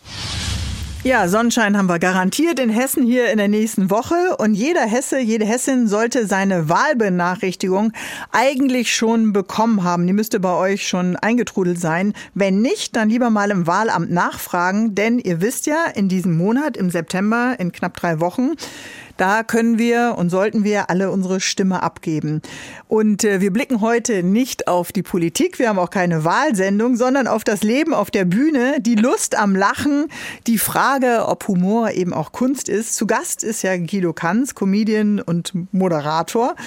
Ja, Sonnenschein haben wir garantiert in Hessen hier in der nächsten Woche. Und jeder Hesse, jede Hessin sollte seine Wahlbenachrichtigung eigentlich schon bekommen haben. Die müsste bei euch schon eingetrudelt sein. Wenn nicht, dann lieber mal im Wahlamt nachfragen. Denn ihr wisst ja, in diesem Monat, im September, in knapp 3 Wochen, da können wir und sollten wir alle unsere Stimme abgeben. Und wir blicken heute nicht auf die Politik, wir haben auch keine Wahlsendung, sondern auf das Leben auf der Bühne, die Lust am Lachen, die Frage, ob Humor eben auch Kunst ist. Zu Gast ist ja Guido Kanz, Comedian und Moderator.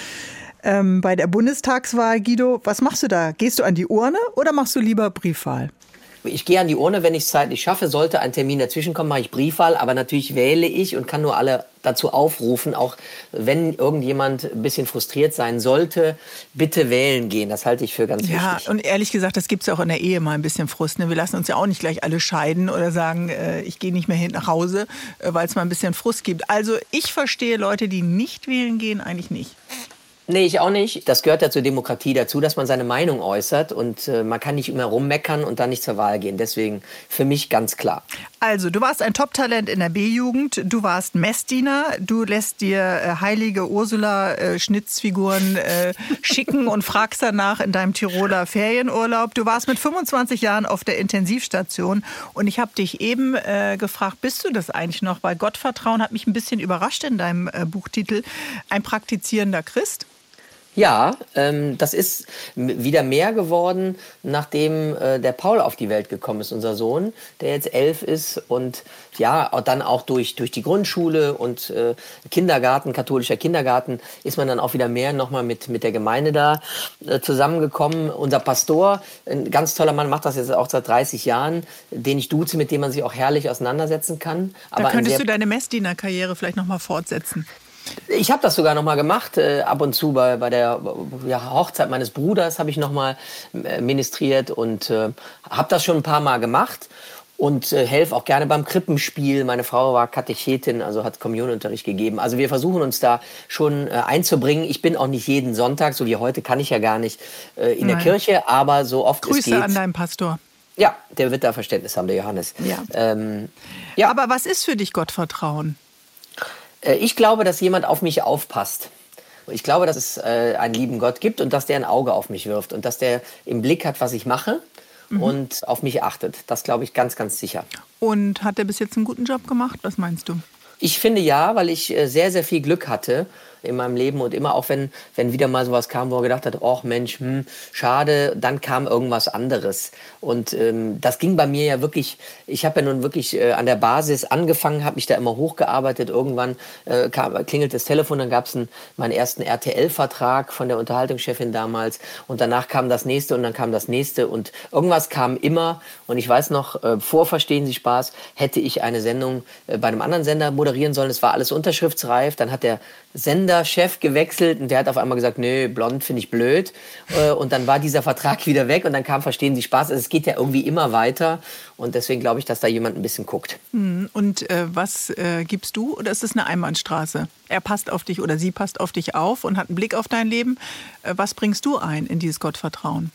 Bei der Bundestagswahl, Guido, was machst du da? Gehst du an die Urne oder machst du lieber Briefwahl? Ich gehe an die Urne, wenn ich es zeitlich schaffe. Sollte ein Termin dazwischen kommen, mache ich Briefwahl. Aber natürlich wähle ich und kann nur alle dazu aufrufen, auch wenn irgendjemand ein bisschen frustriert sein sollte, bitte wählen gehen. Das halte ich für ganz wichtig. Ja, und ehrlich gesagt, das gibt es ja auch in der Ehe mal ein bisschen Frust. Ne? Wir lassen uns ja auch nicht gleich alle scheiden oder sagen, ich gehe nicht mehr hin nach Hause, weil es mal ein bisschen Frust gibt. Also ich verstehe Leute, die nicht wählen gehen, eigentlich nicht. Nee, ich auch nicht. Das gehört ja zur Demokratie dazu, dass man seine Meinung äußert und man kann nicht immer rummeckern und dann nicht zur Wahl gehen. Deswegen für mich ganz klar. Also, du warst ein Top-Talent in der B-Jugend, du warst Messdiener, du lässt dir heilige Ursula-Schnitzfiguren schicken und fragst danach in deinem Tiroler Ferienurlaub. Du warst mit 25 Jahren auf der Intensivstation und ich habe dich eben gefragt, bist du das eigentlich noch? Weil Gottvertrauen hat mich ein bisschen überrascht in deinem Buchtitel. Ein praktizierender Christ? Ja, das ist wieder mehr geworden, nachdem der Paul auf die Welt gekommen ist, unser Sohn, der jetzt 11 ist und ja, dann auch durch die Grundschule und Kindergarten, katholischer Kindergarten, ist man dann auch wieder mehr nochmal mit der Gemeinde da zusammengekommen. Unser Pastor, ein ganz toller Mann, macht das jetzt auch seit 30 Jahren, den ich duze, mit dem man sich auch herrlich auseinandersetzen kann. Da könntest du deine Messdiener-Karriere vielleicht nochmal fortsetzen. Ich habe das sogar noch mal gemacht, ab und zu bei der Hochzeit meines Bruders habe ich noch mal ministriert und habe das schon ein paar Mal gemacht und helfe auch gerne beim Krippenspiel. Meine Frau war Katechetin, also hat Kommunionunterricht gegeben. Also wir versuchen uns da schon einzubringen. Ich bin auch nicht jeden Sonntag, so wie heute kann ich ja gar nicht in der Kirche, aber so oft es geht. Grüße an deinen Pastor. Ja, der wird da Verständnis haben, der Johannes. Ja. Ja. Aber was ist für dich Gottvertrauen? Ich glaube, dass jemand auf mich aufpasst. Ich glaube, dass es einen lieben Gott gibt und dass der ein Auge auf mich wirft und dass der im Blick hat, was ich mache und auf mich achtet. Das glaube ich ganz, ganz sicher. Und hat er bis jetzt einen guten Job gemacht? Was meinst du? Ich finde ja, weil ich sehr, sehr viel Glück hatte in meinem Leben und immer auch, wenn wieder mal sowas kam, wo er gedacht hat, ach Mensch, schade, dann kam irgendwas anderes. Und das ging bei mir ja wirklich, ich habe ja nun wirklich an der Basis angefangen, habe mich da immer hochgearbeitet. Irgendwann klingelt das Telefon, dann gab es meinen ersten RTL-Vertrag von der Unterhaltungschefin damals und danach kam das nächste und dann kam das nächste und irgendwas kam immer. Und ich weiß noch, vor Verstehen Sie Spaß, hätte ich eine Sendung bei einem anderen Sender moderieren sollen. Es war alles unterschriftsreif, dann hat der Senderchef gewechselt und der hat auf einmal gesagt, nee, blond finde ich blöd. Und dann war dieser Vertrag wieder weg und dann kam Verstehen Sie Spaß. Also es geht ja irgendwie immer weiter und deswegen glaube ich, dass da jemand ein bisschen guckt. Und was gibst du oder ist es eine Einbahnstraße? Er passt auf dich oder sie passt auf dich auf und hat einen Blick auf dein Leben. Was bringst du ein in dieses Gottvertrauen?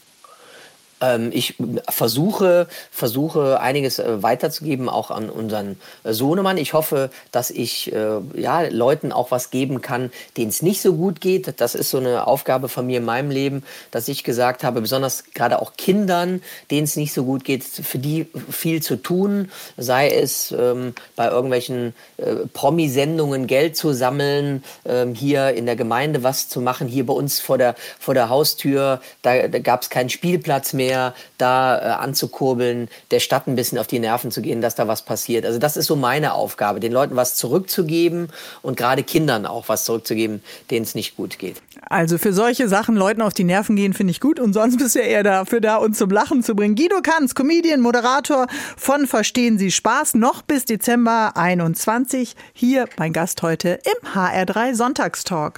Ich versuche einiges weiterzugeben, auch an unseren Sohnemann. Ich hoffe, dass ich Leuten auch was geben kann, denen es nicht so gut geht. Das ist so eine Aufgabe von mir in meinem Leben, dass ich gesagt habe, besonders gerade auch Kindern, denen es nicht so gut geht, für die viel zu tun, sei es bei irgendwelchen Promi-Sendungen Geld zu sammeln, hier in der Gemeinde was zu machen, hier bei uns vor der Haustür, da gab es keinen Spielplatz mehr. mehr da anzukurbeln, der Stadt ein bisschen auf die Nerven zu gehen, dass da was passiert. Also das ist so meine Aufgabe, den Leuten was zurückzugeben und gerade Kindern auch was zurückzugeben, denen es nicht gut geht. Also für solche Sachen Leuten auf die Nerven gehen, finde ich gut. Und sonst bist du ja eher dafür da, uns zum Lachen zu bringen. Guido Kanz, Comedian, Moderator von Verstehen Sie Spaß, noch bis Dezember 21. Hier mein Gast heute im HR3 Sonntagstalk.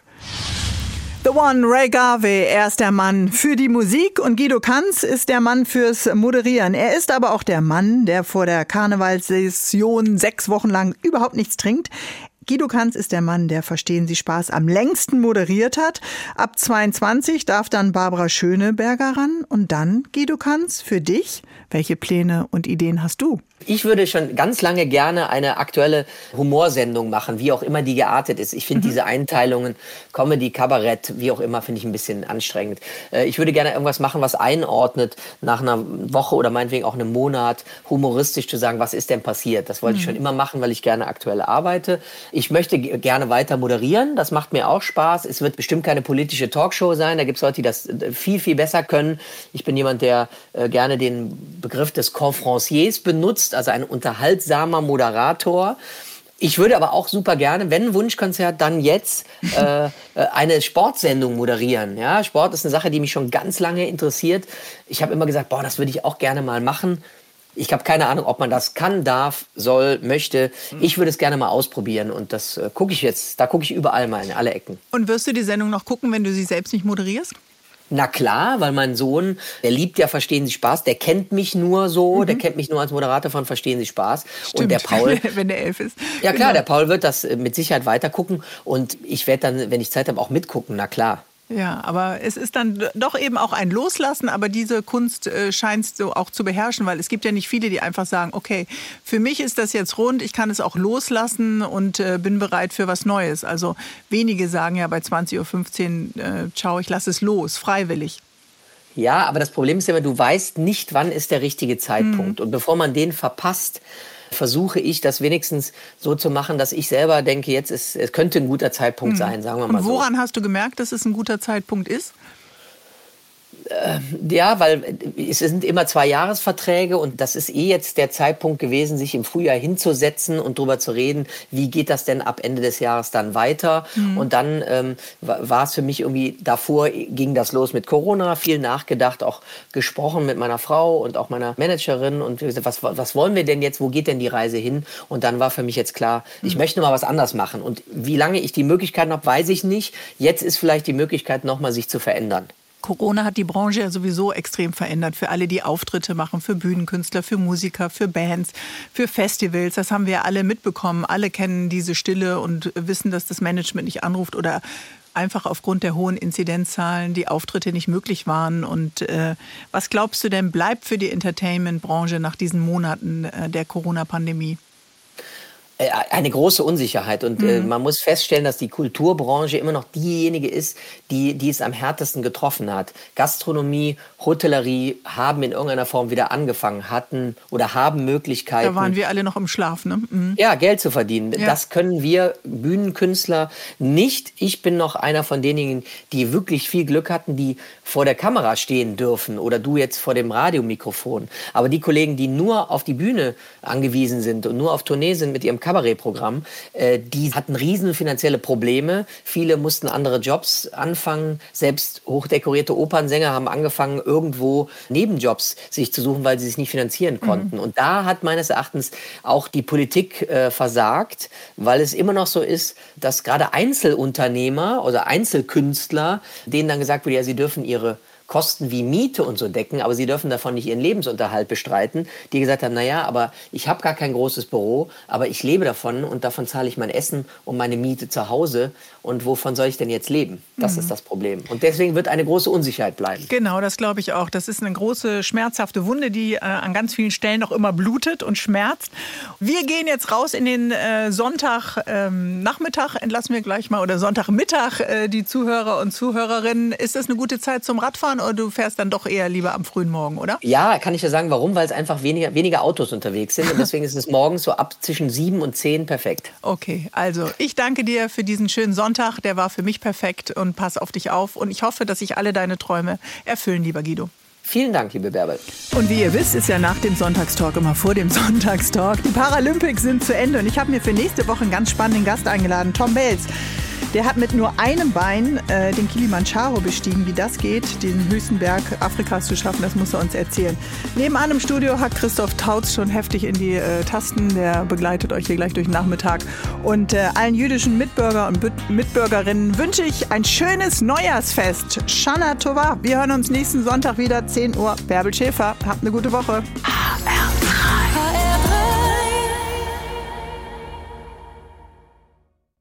The One, Ray Garvey, er ist der Mann für die Musik und Guido Kanz ist der Mann fürs Moderieren. Er ist aber auch der Mann, der vor der Karnevalssession 6 Wochen lang überhaupt nichts trinkt. Guido Kanz ist der Mann, der Verstehen Sie Spaß am längsten moderiert hat. Ab 22 darf dann Barbara Schöneberger ran und dann, Guido Kanz, für dich. Welche Pläne und Ideen hast du? Ich würde schon ganz lange gerne eine aktuelle Humorsendung machen, wie auch immer die geartet ist. Ich finde diese Einteilungen, Comedy, Kabarett, wie auch immer, finde ich ein bisschen anstrengend. Ich würde gerne irgendwas machen, was einordnet, nach einer Woche oder meinetwegen auch einem Monat, humoristisch zu sagen, was ist denn passiert? Das wollte ich schon immer machen, weil ich gerne aktuell arbeite. Ich möchte gerne weiter moderieren, das macht mir auch Spaß. Es wird bestimmt keine politische Talkshow sein, da gibt es Leute, die das viel, viel besser können. Ich bin jemand, der gerne den Begriff des Conférenciers benutzt, also ein unterhaltsamer Moderator. Ich würde aber auch super gerne, wenn ein Wunschkonzert, dann jetzt eine Sportsendung moderieren. Ja, Sport ist eine Sache, die mich schon ganz lange interessiert. Ich habe immer gesagt, das würde ich auch gerne mal machen. Ich habe keine Ahnung, ob man das kann, darf, soll, möchte. Ich würde es gerne mal ausprobieren und das gucke ich jetzt. Da gucke ich überall mal in alle Ecken. Und wirst du die Sendung noch gucken, wenn du sie selbst nicht moderierst? Na klar, weil mein Sohn, der liebt ja Verstehen Sie Spaß, der kennt mich nur so, der kennt mich nur als Moderator von Verstehen Sie Spaß. Stimmt, und der Paul, wenn der 11 ist. Ja klar, der Paul wird das mit Sicherheit weiter gucken und ich werde dann, wenn ich Zeit habe, auch mitgucken, na klar. Ja, aber es ist dann doch eben auch ein Loslassen, aber diese Kunst scheinst du auch zu beherrschen, weil es gibt ja nicht viele, die einfach sagen, okay, für mich ist das jetzt rund, ich kann es auch loslassen und bin bereit für was Neues. Also wenige sagen ja bei 20.15 Uhr, ciao, ich lasse es los, freiwillig. Ja, aber das Problem ist ja immer, du weißt nicht, wann ist der richtige Zeitpunkt. Und bevor man den verpasst, versuche ich, das wenigstens so zu machen, dass ich selber denke, es könnte ein guter Zeitpunkt sein, sagen wir mal so. Und woran hast du gemerkt, dass es ein guter Zeitpunkt ist? Ja, weil es sind immer 2-Jahresverträge und das ist jetzt der Zeitpunkt gewesen, sich im Frühjahr hinzusetzen und darüber zu reden, wie geht das denn ab Ende des Jahres dann weiter. Und dann war es für mich irgendwie, davor ging das los mit Corona, viel nachgedacht, auch gesprochen mit meiner Frau und auch meiner Managerin und was wollen wir denn jetzt, wo geht denn die Reise hin? Und dann war für mich jetzt klar, ich möchte mal was anders machen. Und wie lange ich die Möglichkeiten habe, weiß ich nicht. Jetzt ist vielleicht die Möglichkeit, nochmal sich zu verändern. Corona hat die Branche ja sowieso extrem verändert. Für alle, die Auftritte machen, für Bühnenkünstler, für Musiker, für Bands, für Festivals. Das haben wir alle mitbekommen. Alle kennen diese Stille und wissen, dass das Management nicht anruft oder einfach aufgrund der hohen Inzidenzzahlen die Auftritte nicht möglich waren. Und was glaubst du denn, bleibt für die Entertainment-Branche nach diesen Monaten der Corona-Pandemie? Eine große Unsicherheit und man muss feststellen, dass die Kulturbranche immer noch diejenige ist, die es am härtesten getroffen hat. Gastronomie, Hotellerie haben in irgendeiner Form wieder angefangen, hatten oder haben Möglichkeiten. Da waren wir alle noch im Schlaf, ne? Ja, Geld zu verdienen. Ja. Das können wir Bühnenkünstler nicht. Ich bin noch einer von denjenigen, die wirklich viel Glück hatten, die vor der Kamera stehen dürfen oder du jetzt vor dem Radiomikrofon. Aber die Kollegen, die nur auf die Bühne angewiesen sind und nur auf Tournee sind mit ihrem Kabarettprogramm, die hatten riesen finanzielle Probleme. Viele mussten andere Jobs anfangen. Selbst hochdekorierte Opernsänger haben angefangen, irgendwo Nebenjobs sich zu suchen, weil sie sich nicht finanzieren konnten. Und da hat meines Erachtens auch die Politik versagt, weil es immer noch so ist, dass gerade Einzelunternehmer oder Einzelkünstler, denen dann gesagt wird, ja, sie dürfen ihre Kosten wie Miete und so decken, aber sie dürfen davon nicht ihren Lebensunterhalt bestreiten, die gesagt haben, naja, aber ich habe gar kein großes Büro, aber ich lebe davon und davon zahle ich mein Essen und meine Miete zu Hause und wovon soll ich denn jetzt leben? Das ist das Problem. Und deswegen wird eine große Unsicherheit bleiben. Genau, das glaube ich auch. Das ist eine große, schmerzhafte Wunde, die an ganz vielen Stellen noch immer blutet und schmerzt. Wir gehen jetzt raus in den Sonntagnachmittag, entlassen wir gleich mal, oder Sonntagmittag die Zuhörer und Zuhörerinnen. Ist das eine gute Zeit zum Radfahren oder du fährst dann doch eher lieber am frühen Morgen, oder? Ja, kann ich ja sagen, warum? Weil es einfach weniger Autos unterwegs sind und deswegen ist es morgens so ab zwischen 7 und 10 perfekt. Okay, also ich danke dir für diesen schönen Sonntag. Der war für mich perfekt und pass auf dich auf und ich hoffe, dass sich alle deine Träume erfüllen, lieber Guido. Vielen Dank, liebe Bärbel. Und wie ihr wisst, ist ja nach dem Sonntagstalk immer vor dem Sonntagstalk. Die Paralympics sind zu Ende und ich habe mir für nächste Woche einen ganz spannenden Gast eingeladen, Tom Belz. Der hat mit nur einem Bein den Kilimanjaro bestiegen. Wie das geht, den höchsten Berg Afrikas zu schaffen, das muss er uns erzählen. Nebenan im Studio hat Christoph Tautz schon heftig in die Tasten. Der begleitet euch hier gleich durch den Nachmittag. Und allen jüdischen Mitbürger und Mitbürgerinnen wünsche ich ein schönes Neujahrsfest. Shana Tova. Wir hören uns nächsten Sonntag wieder, 10 Uhr. Bärbel Schäfer. Habt eine gute Woche.